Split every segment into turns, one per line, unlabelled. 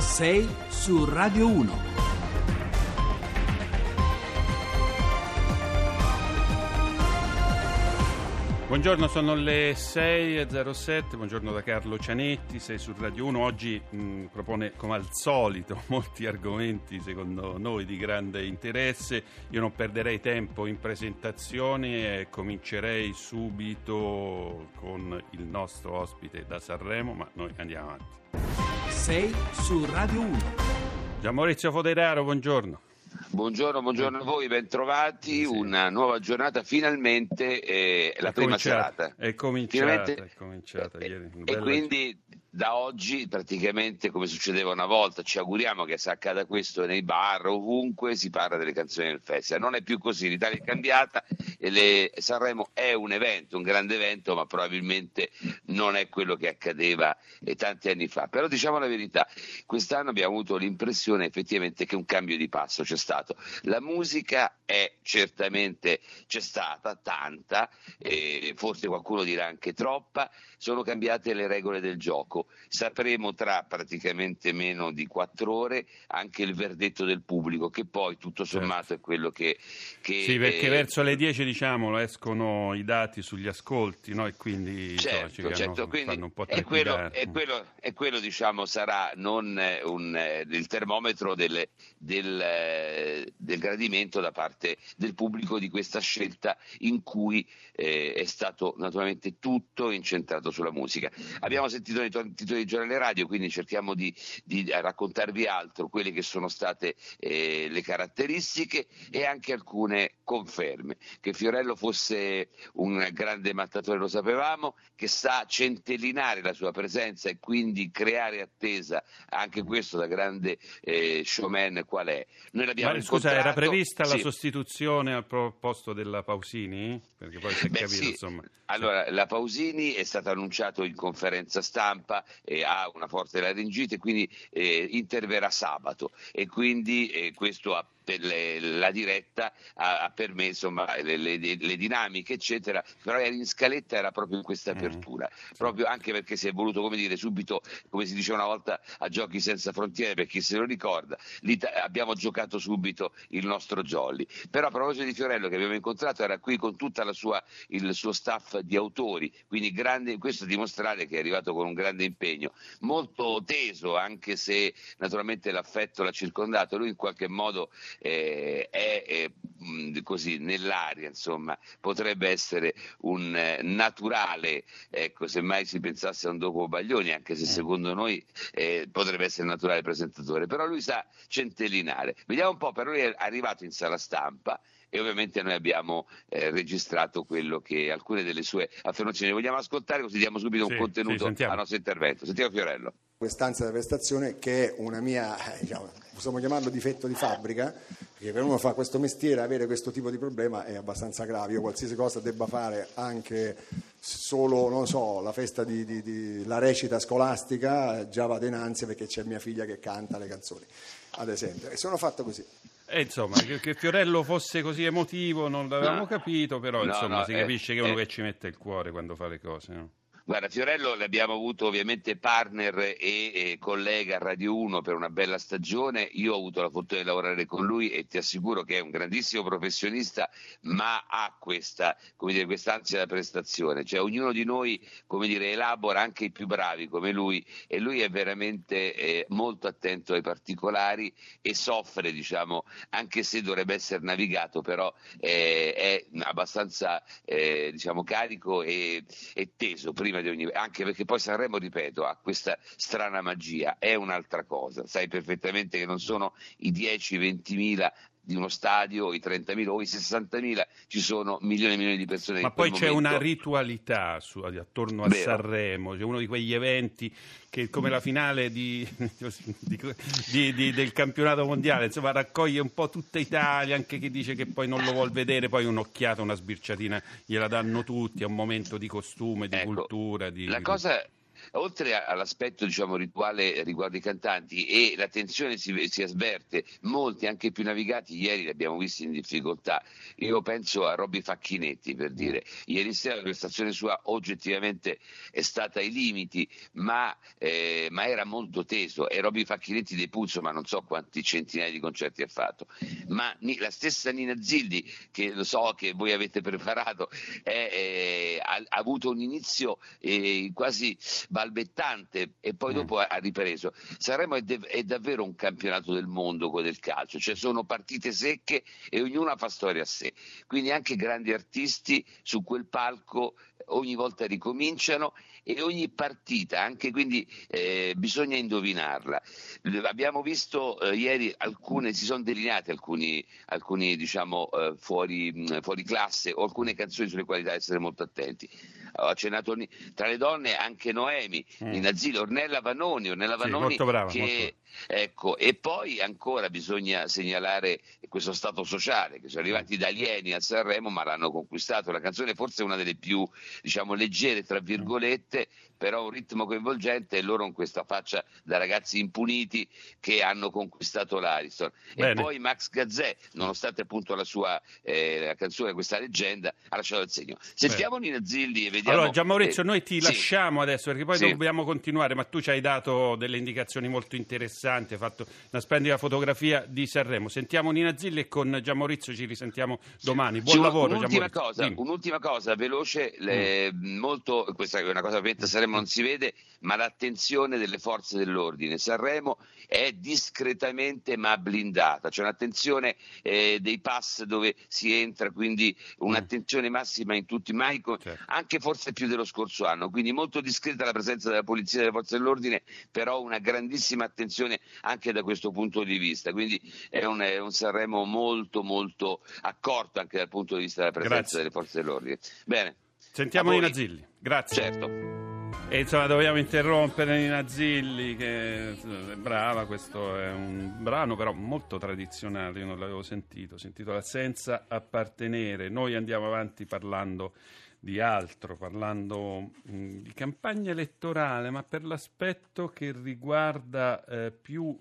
6 su Radio 1.
Buongiorno, sono le 6.07, buongiorno da Carlo Cianetti, 6 su Radio 1. Oggi propone come al solito molti argomenti secondo noi di grande interesse. Io non perderei tempo in presentazioni e comincerei subito con il nostro ospite da Sanremo, ma noi andiamo avanti.
6 su Radio 1.
Gian Maurizio Foderaro, buongiorno.
Buongiorno a voi, bentrovati. Sì. Una nuova giornata, finalmente la prima serata.
È cominciata ieri.
E quindi da oggi praticamente, come succedeva una volta, ci auguriamo che si accada questo nei bar, ovunque si parla delle canzoni del festival. Non è più così, l'Italia è cambiata e Sanremo è un evento, un grande evento, ma probabilmente non è quello che accadeva tanti anni fa. Però diciamo la verità, quest'anno abbiamo avuto l'impressione effettivamente che un cambio di passo c'è stato. La musica c'è stata tanta, forse qualcuno dirà anche troppa. Sono cambiate le regole del gioco. Sapremo tra praticamente meno di 4 ore anche il verdetto del pubblico, che poi tutto sommato è quello che
sì, perché verso le 10 diciamo escono i dati sugli ascolti, no? E quindi
certo, quindi
fanno un po'
quello diciamo sarà non il termometro del gradimento da parte del pubblico di questa scelta in cui è stato naturalmente tutto incentrato sulla musica. Abbiamo sentito i titoli di giornale radio, quindi cerchiamo di raccontarvi altro, quelle che sono state le caratteristiche e anche alcune conferme. Che Fiorello fosse un grande mattatore lo sapevamo, che sa centellinare la sua presenza e quindi creare attesa, anche questo da grande showman qual è. Noi l'abbiamo
incontrato. Scusa, era prevista la sostituzione al posto della Pausini? Perché poi si è capito,
sì.
Insomma.
Allora, la Pausini è stato annunciato in conferenza stampa, ha una forte laringite, quindi interverrà sabato e quindi questo la diretta ha permesso le dinamiche eccetera, però in scaletta era proprio questa apertura, proprio anche perché si è voluto, come dire, subito, come si diceva una volta a Giochi senza frontiere, per chi se lo ricorda, abbiamo giocato subito il nostro jolly. Però a proposito di Fiorello, che abbiamo incontrato, era qui con tutta il suo staff di autori, quindi grande, questo a dimostrare che è arrivato con un grande impegno, molto teso, anche se naturalmente l'affetto l'ha circondato, lui in qualche modo è così nell'aria, insomma, potrebbe essere un naturale, ecco, se mai si pensasse a un Dopo Baglioni, anche se secondo noi potrebbe essere un naturale presentatore, però lui sa centellinare. Vediamo un po', però lui è arrivato in sala stampa e ovviamente noi abbiamo registrato quello che alcune delle sue affermazioni vogliamo ascoltare, così diamo subito un contenuto al nostro intervento. Sentiamo Fiorello.
Quest'ansia da prestazione, che è una mia, possiamo chiamarlo difetto di fabbrica, perché per uno fa questo mestiere avere questo tipo di problema è abbastanza grave. Io qualsiasi cosa debba fare, anche solo, non so, la festa di la recita scolastica, già vado in ansia perché c'è mia figlia che canta le canzoni, ad esempio, e sono fatto così.
Insomma, che Fiorello fosse così emotivo non l'avevamo capito, però si capisce che è uno che ci mette il cuore quando fa le cose, no?
Guarda, Fiorello l'abbiamo avuto ovviamente partner e collega a Radio 1 per una bella stagione. Io ho avuto la fortuna di lavorare con lui e ti assicuro che è un grandissimo professionista, ma ha questa ansia da prestazione. Cioè ognuno di noi, elabora, anche i più bravi come lui, e lui è veramente molto attento ai particolari e soffre, anche se dovrebbe essere navigato, però è abbastanza carico e teso prima di ogni, anche perché poi Sanremo, ripeto, ha questa strana magia, è un'altra cosa, sai perfettamente che non sono i 10-20 mila di uno stadio, i 30.000 o i 60.000, ci sono milioni e milioni di persone.
Ma poi c'è una ritualità attorno a Sanremo, c'è uno di quegli eventi che, come la finale del campionato mondiale, insomma, raccoglie un po' tutta Italia, anche chi dice che poi non lo vuol vedere, poi un'occhiata, una sbirciatina gliela danno tutti, è un momento di costume, di cultura.
La cosa oltre all'aspetto rituale riguardo i cantanti, e la tensione si avverte, molti anche i più navigati ieri li abbiamo visti in difficoltà. Io penso a Robby Facchinetti, per dire, ieri sera la prestazione sua oggettivamente è stata ai limiti, ma era molto teso, e Robby Facchinetti dei Puzzo, ma non so quanti centinaia di concerti ha fatto, ma la stessa Nina Zilli, che lo so che voi avete preparato, ha avuto un inizio quasi balbettante e poi dopo ha ripreso. Sanremo è davvero un campionato del mondo quello del calcio, cioè sono partite secche e ognuna fa storia a sé, quindi anche grandi artisti su quel palco ogni volta ricominciano, e ogni partita anche, quindi bisogna indovinarla. Abbiamo visto ieri si sono delineati alcuni fuori classe, o alcune canzoni sulle quali da essere molto attenti. Ho accennato tra le donne anche Noemi, Nina Zilli, Ornella Vanoni,
molto brava,
che ecco, e poi ancora bisogna segnalare questo stato sociale, che sono arrivati da alieni a Sanremo ma l'hanno conquistato. La canzone forse è una delle più leggere tra virgolette, però un ritmo coinvolgente, e loro con questa faccia da ragazzi impuniti che hanno conquistato l'Ariston. E poi Max Gazzè, nonostante appunto la sua la canzone, questa leggenda, ha lasciato il segno. Sentiamo Nina Zilli e vediamo.
Allora Gianmaurizio, noi ti lasciamo adesso, perché poi dobbiamo continuare, ma tu ci hai dato delle indicazioni molto interessanti, hai fatto una splendida fotografia di Sanremo. Sentiamo Nina Zilli e con Gianmaurizio ci risentiamo domani. Buon lavoro Gianmaurizio.
Un'ultima cosa veloce, molto, questa è una cosa ovviamente Sanremo non si vede, ma l'attenzione delle forze dell'ordine. Sanremo è discretamente ma blindata, c'è un'attenzione dei pass dove si entra, quindi un'attenzione massima in tutti, anche forse più dello scorso anno, quindi molto discreta la presenza della polizia e delle forze dell'ordine, però una grandissima attenzione anche da questo punto di vista, quindi è un Sanremo molto molto accorto anche dal punto di vista della presenza delle forze dell'ordine. Bene,
sentiamo Nina Zilli. Grazie.
Certo.
E insomma dobbiamo interrompere Nina Zilli, che è brava. Questo è un brano però molto tradizionale, io non l'avevo sentito, ho sentito la Senza appartenere. Noi andiamo avanti parlando di altro, parlando di campagna elettorale, ma per l'aspetto che riguarda più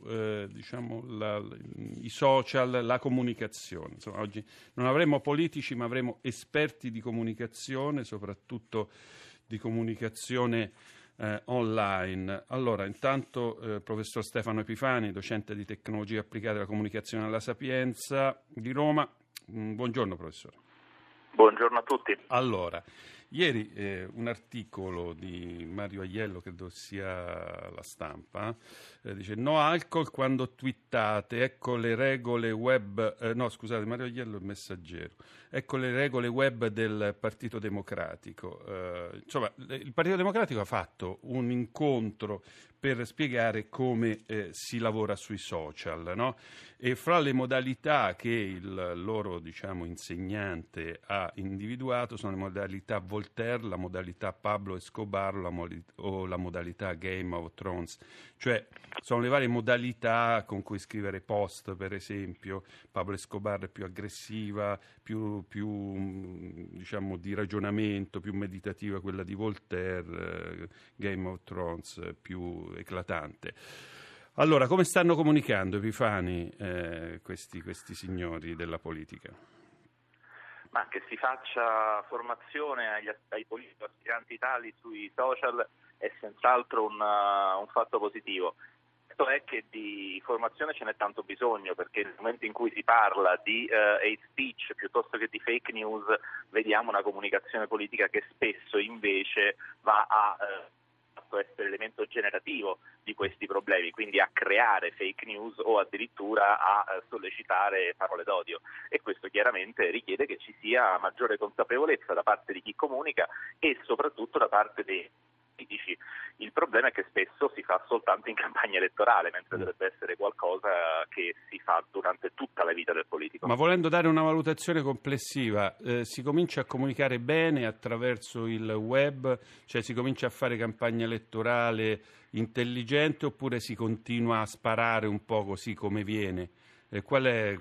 i social, la comunicazione. Insomma, oggi non avremo politici ma avremo esperti di comunicazione, soprattutto di comunicazione online. Allora, intanto professor Stefano Epifani, docente di tecnologie applicate alla comunicazione alla Sapienza di Roma. Buongiorno professore.
Buongiorno a tutti.
Allora, ieri un articolo di Mario Aiello, credo sia La Stampa, dice: no alcol quando twittate, ecco le regole web, Mario Aiello è Il Messaggero, ecco le regole web del Partito Democratico. Insomma, il Partito Democratico ha fatto un incontro per spiegare come si lavora sui social, no? E fra le modalità che il loro insegnante ha individuato sono le modalità Voltaire, la modalità Pablo Escobar o la modalità Game of Thrones, cioè sono le varie modalità con cui scrivere post. Per esempio Pablo Escobar è più aggressiva, più di ragionamento, più meditativa quella di Voltaire, Game of Thrones più eclatante. Allora, come stanno comunicando Epifani questi signori della politica?
Ma che si faccia formazione ai politici aspiranti tali sui social è senz'altro un fatto positivo. Certo è che di formazione ce n'è tanto bisogno, perché nel momento in cui si parla di hate speech piuttosto che di fake news, vediamo una comunicazione politica che spesso invece va a essere elemento generativo di questi problemi, quindi a creare fake news o addirittura a sollecitare parole d'odio, e questo chiaramente richiede che ci sia maggiore consapevolezza da parte di chi comunica e soprattutto da parte dei politici. Il problema è che spesso si fa soltanto in campagna elettorale, mentre dovrebbe essere qualcosa che si fa durante tutta la vita del politico.
Ma volendo dare una valutazione complessiva, si comincia a comunicare bene attraverso il web, cioè si comincia a fare campagna elettorale intelligente, oppure si continua a sparare un po' così come viene Qual è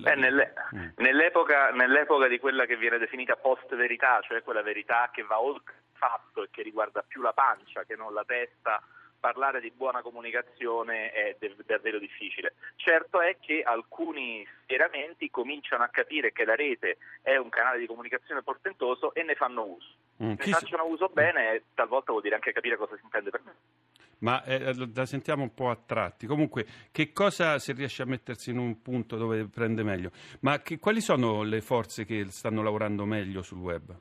nell'epoca di quella che viene definita post-verità, cioè quella verità che va oltre il fatto e che riguarda più la pancia che non la testa, parlare di buona comunicazione è davvero difficile. Certo è che alcuni schieramenti cominciano a capire che la rete è un canale di comunicazione portentoso e ne fanno uso. Ne facciano uso bene, talvolta vuol dire anche capire cosa si intende per me.
Ma la sentiamo un po' a tratti. Comunque, che cosa, se riesce a mettersi in un punto dove prende meglio, ma quali sono le forze che stanno lavorando meglio sul web?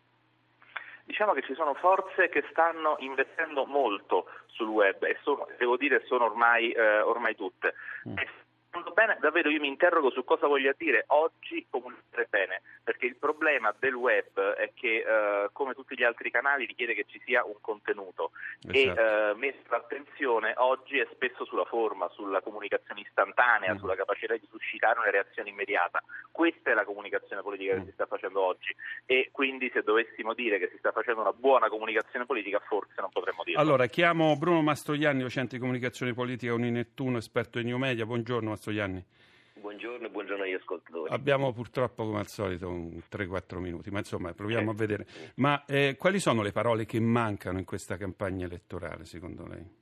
Diciamo che ci sono forze che stanno investendo molto sul web e devo dire sono ormai tutte. Bene, davvero io mi interrogo su cosa voglia dire oggi comunicare bene, perché il problema del web è che come tutti gli altri canali richiede che ci sia un contenuto. Esatto. E messa l'attenzione oggi è spesso sulla forma, sulla comunicazione istantanea, sulla capacità di suscitare una reazione immediata. Questa è la comunicazione politica che si sta facendo oggi e quindi se dovessimo dire che si sta facendo una buona comunicazione politica forse non potremmo dirlo.
Allora chiamo Bruno Mastroianni, docente di comunicazione politica Uninettuno, esperto di New Media. Buongiorno Mastroianni.
Buongiorno e buongiorno agli ascoltatori.
Abbiamo purtroppo come al solito 3-4 minuti, ma insomma proviamo a vedere. Ma quali sono le parole che mancano in questa campagna elettorale secondo lei?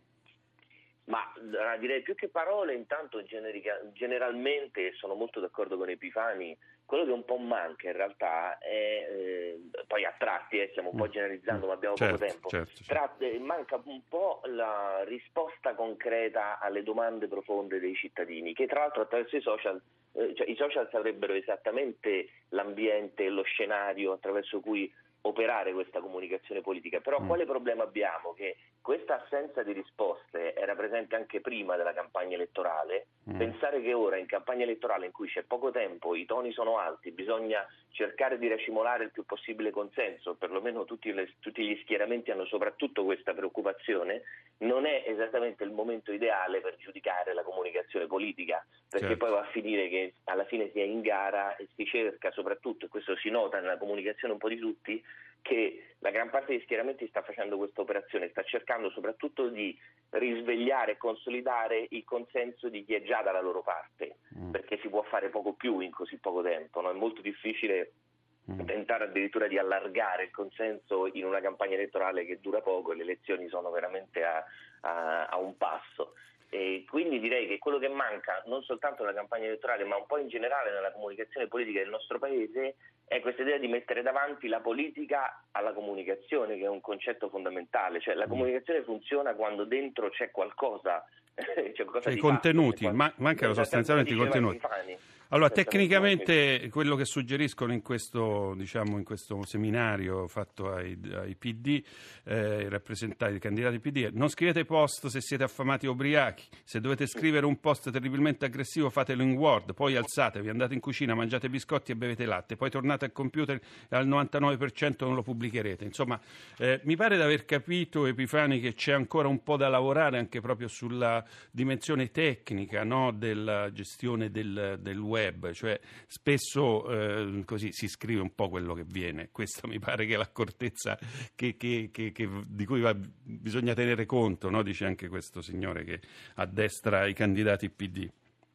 Ma direi più che parole, intanto generalmente sono molto d'accordo con Epifani, quello che un po' manca in realtà è, poi a tratti stiamo un po' generalizzando ma abbiamo poco tempo, manca un po' la risposta concreta alle domande profonde dei cittadini, che tra l'altro attraverso i social sarebbero esattamente l'ambiente e lo scenario attraverso cui operare questa comunicazione politica. Però quale problema abbiamo? Che questa assenza di risposte era presente anche prima della campagna elettorale. Pensare che ora in campagna elettorale in cui c'è poco tempo, i toni sono alti, bisogna cercare di racimolare il più possibile consenso, perlomeno tutti gli schieramenti hanno soprattutto questa preoccupazione, non è esattamente il momento ideale per giudicare la comunicazione politica, perché poi va a finire che alla fine si è in gara e si cerca soprattutto, e questo si nota nella comunicazione un po' di tutti, che la gran parte degli schieramenti sta facendo questa operazione, sta cercando soprattutto di risvegliare e consolidare il consenso di chi è già dalla loro parte, perché si può fare poco più in così poco tempo, no? È molto difficile tentare addirittura di allargare il consenso in una campagna elettorale che dura poco e le elezioni sono veramente a un passo. E quindi direi che quello che manca non soltanto nella campagna elettorale ma un po' in generale nella comunicazione politica del nostro paese è questa idea di mettere davanti la politica alla comunicazione, che è un concetto fondamentale, cioè la comunicazione funziona quando dentro c'è qualcosa,
i contenuti, mancano sostanzialmente i contenuti. Allora, tecnicamente quello che suggeriscono in questo seminario fatto ai PD, i candidati PD, non scrivete post se siete affamati o ubriachi, se dovete scrivere un post terribilmente aggressivo fatelo in Word, poi alzatevi, andate in cucina, mangiate biscotti e bevete latte, poi tornate al computer e al 99% non lo pubblicherete. Insomma, mi pare di aver capito, Epifani, che c'è ancora un po' da lavorare anche proprio sulla dimensione tecnica, no, della gestione del web, cioè spesso così si scrive un po' quello che viene. Questa mi pare che è l'accortezza di cui bisogna tenere conto, no? Dice anche questo signore che addestra i candidati PD.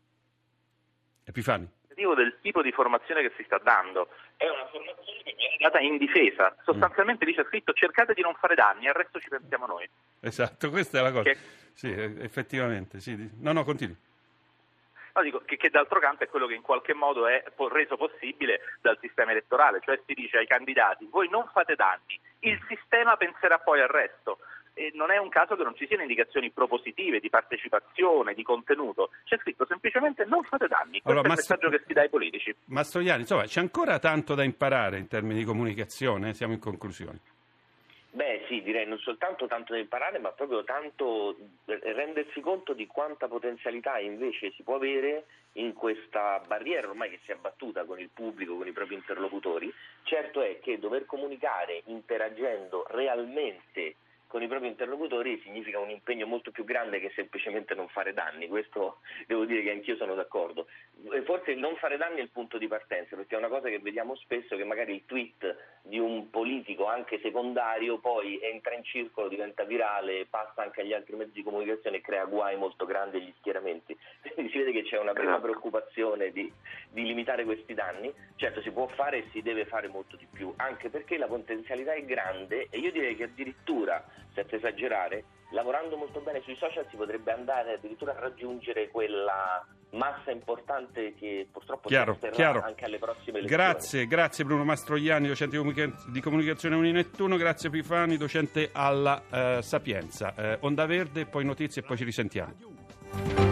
Epifani.
Del tipo di formazione che si sta dando è una formazione che viene data in difesa, sostanzialmente lì c'è scritto cercate di non fare danni, al resto ci pensiamo noi.
Esatto, questa è la cosa. Sì, effettivamente, sì. No, continui.
No, dico che d'altro canto è quello che in qualche modo è reso possibile dal sistema elettorale, cioè si dice ai candidati voi non fate danni, il sistema penserà poi al resto. E non è un caso che non ci siano indicazioni propositive di partecipazione, di contenuto, c'è scritto semplicemente non fate danni, questo è il messaggio che si dà ai politici.
Mastroianni, insomma c'è ancora tanto da imparare in termini di comunicazione, siamo in conclusione.
Beh sì, direi non soltanto tanto da imparare, ma proprio tanto rendersi conto di quanta potenzialità invece si può avere in questa barriera ormai che si è abbattuta con il pubblico, con i propri interlocutori. Certo è che dover comunicare interagendo realmente con i propri interlocutori significa un impegno molto più grande che semplicemente non fare danni, questo devo dire che anch'io sono d'accordo. Forse il non fare danni è il punto di partenza, perché è una cosa che vediamo spesso, che magari il tweet di un politico anche secondario poi entra in circolo, diventa virale, passa anche agli altri mezzi di comunicazione e crea guai molto grandi agli schieramenti. Quindi si vede che c'è una prima preoccupazione di limitare questi danni. Certo, si può fare e si deve fare molto di più, anche perché la potenzialità è grande, e io direi che addirittura, senza esagerare, lavorando molto bene sui social si potrebbe andare addirittura a raggiungere quella massa importante che purtroppo si otterrà anche alle prossime elezioni.
Grazie Bruno Mastroianni, docente di comunicazione Uninettuno, grazie Epifani, docente alla Sapienza. Onda Verde, poi notizie e poi ci risentiamo.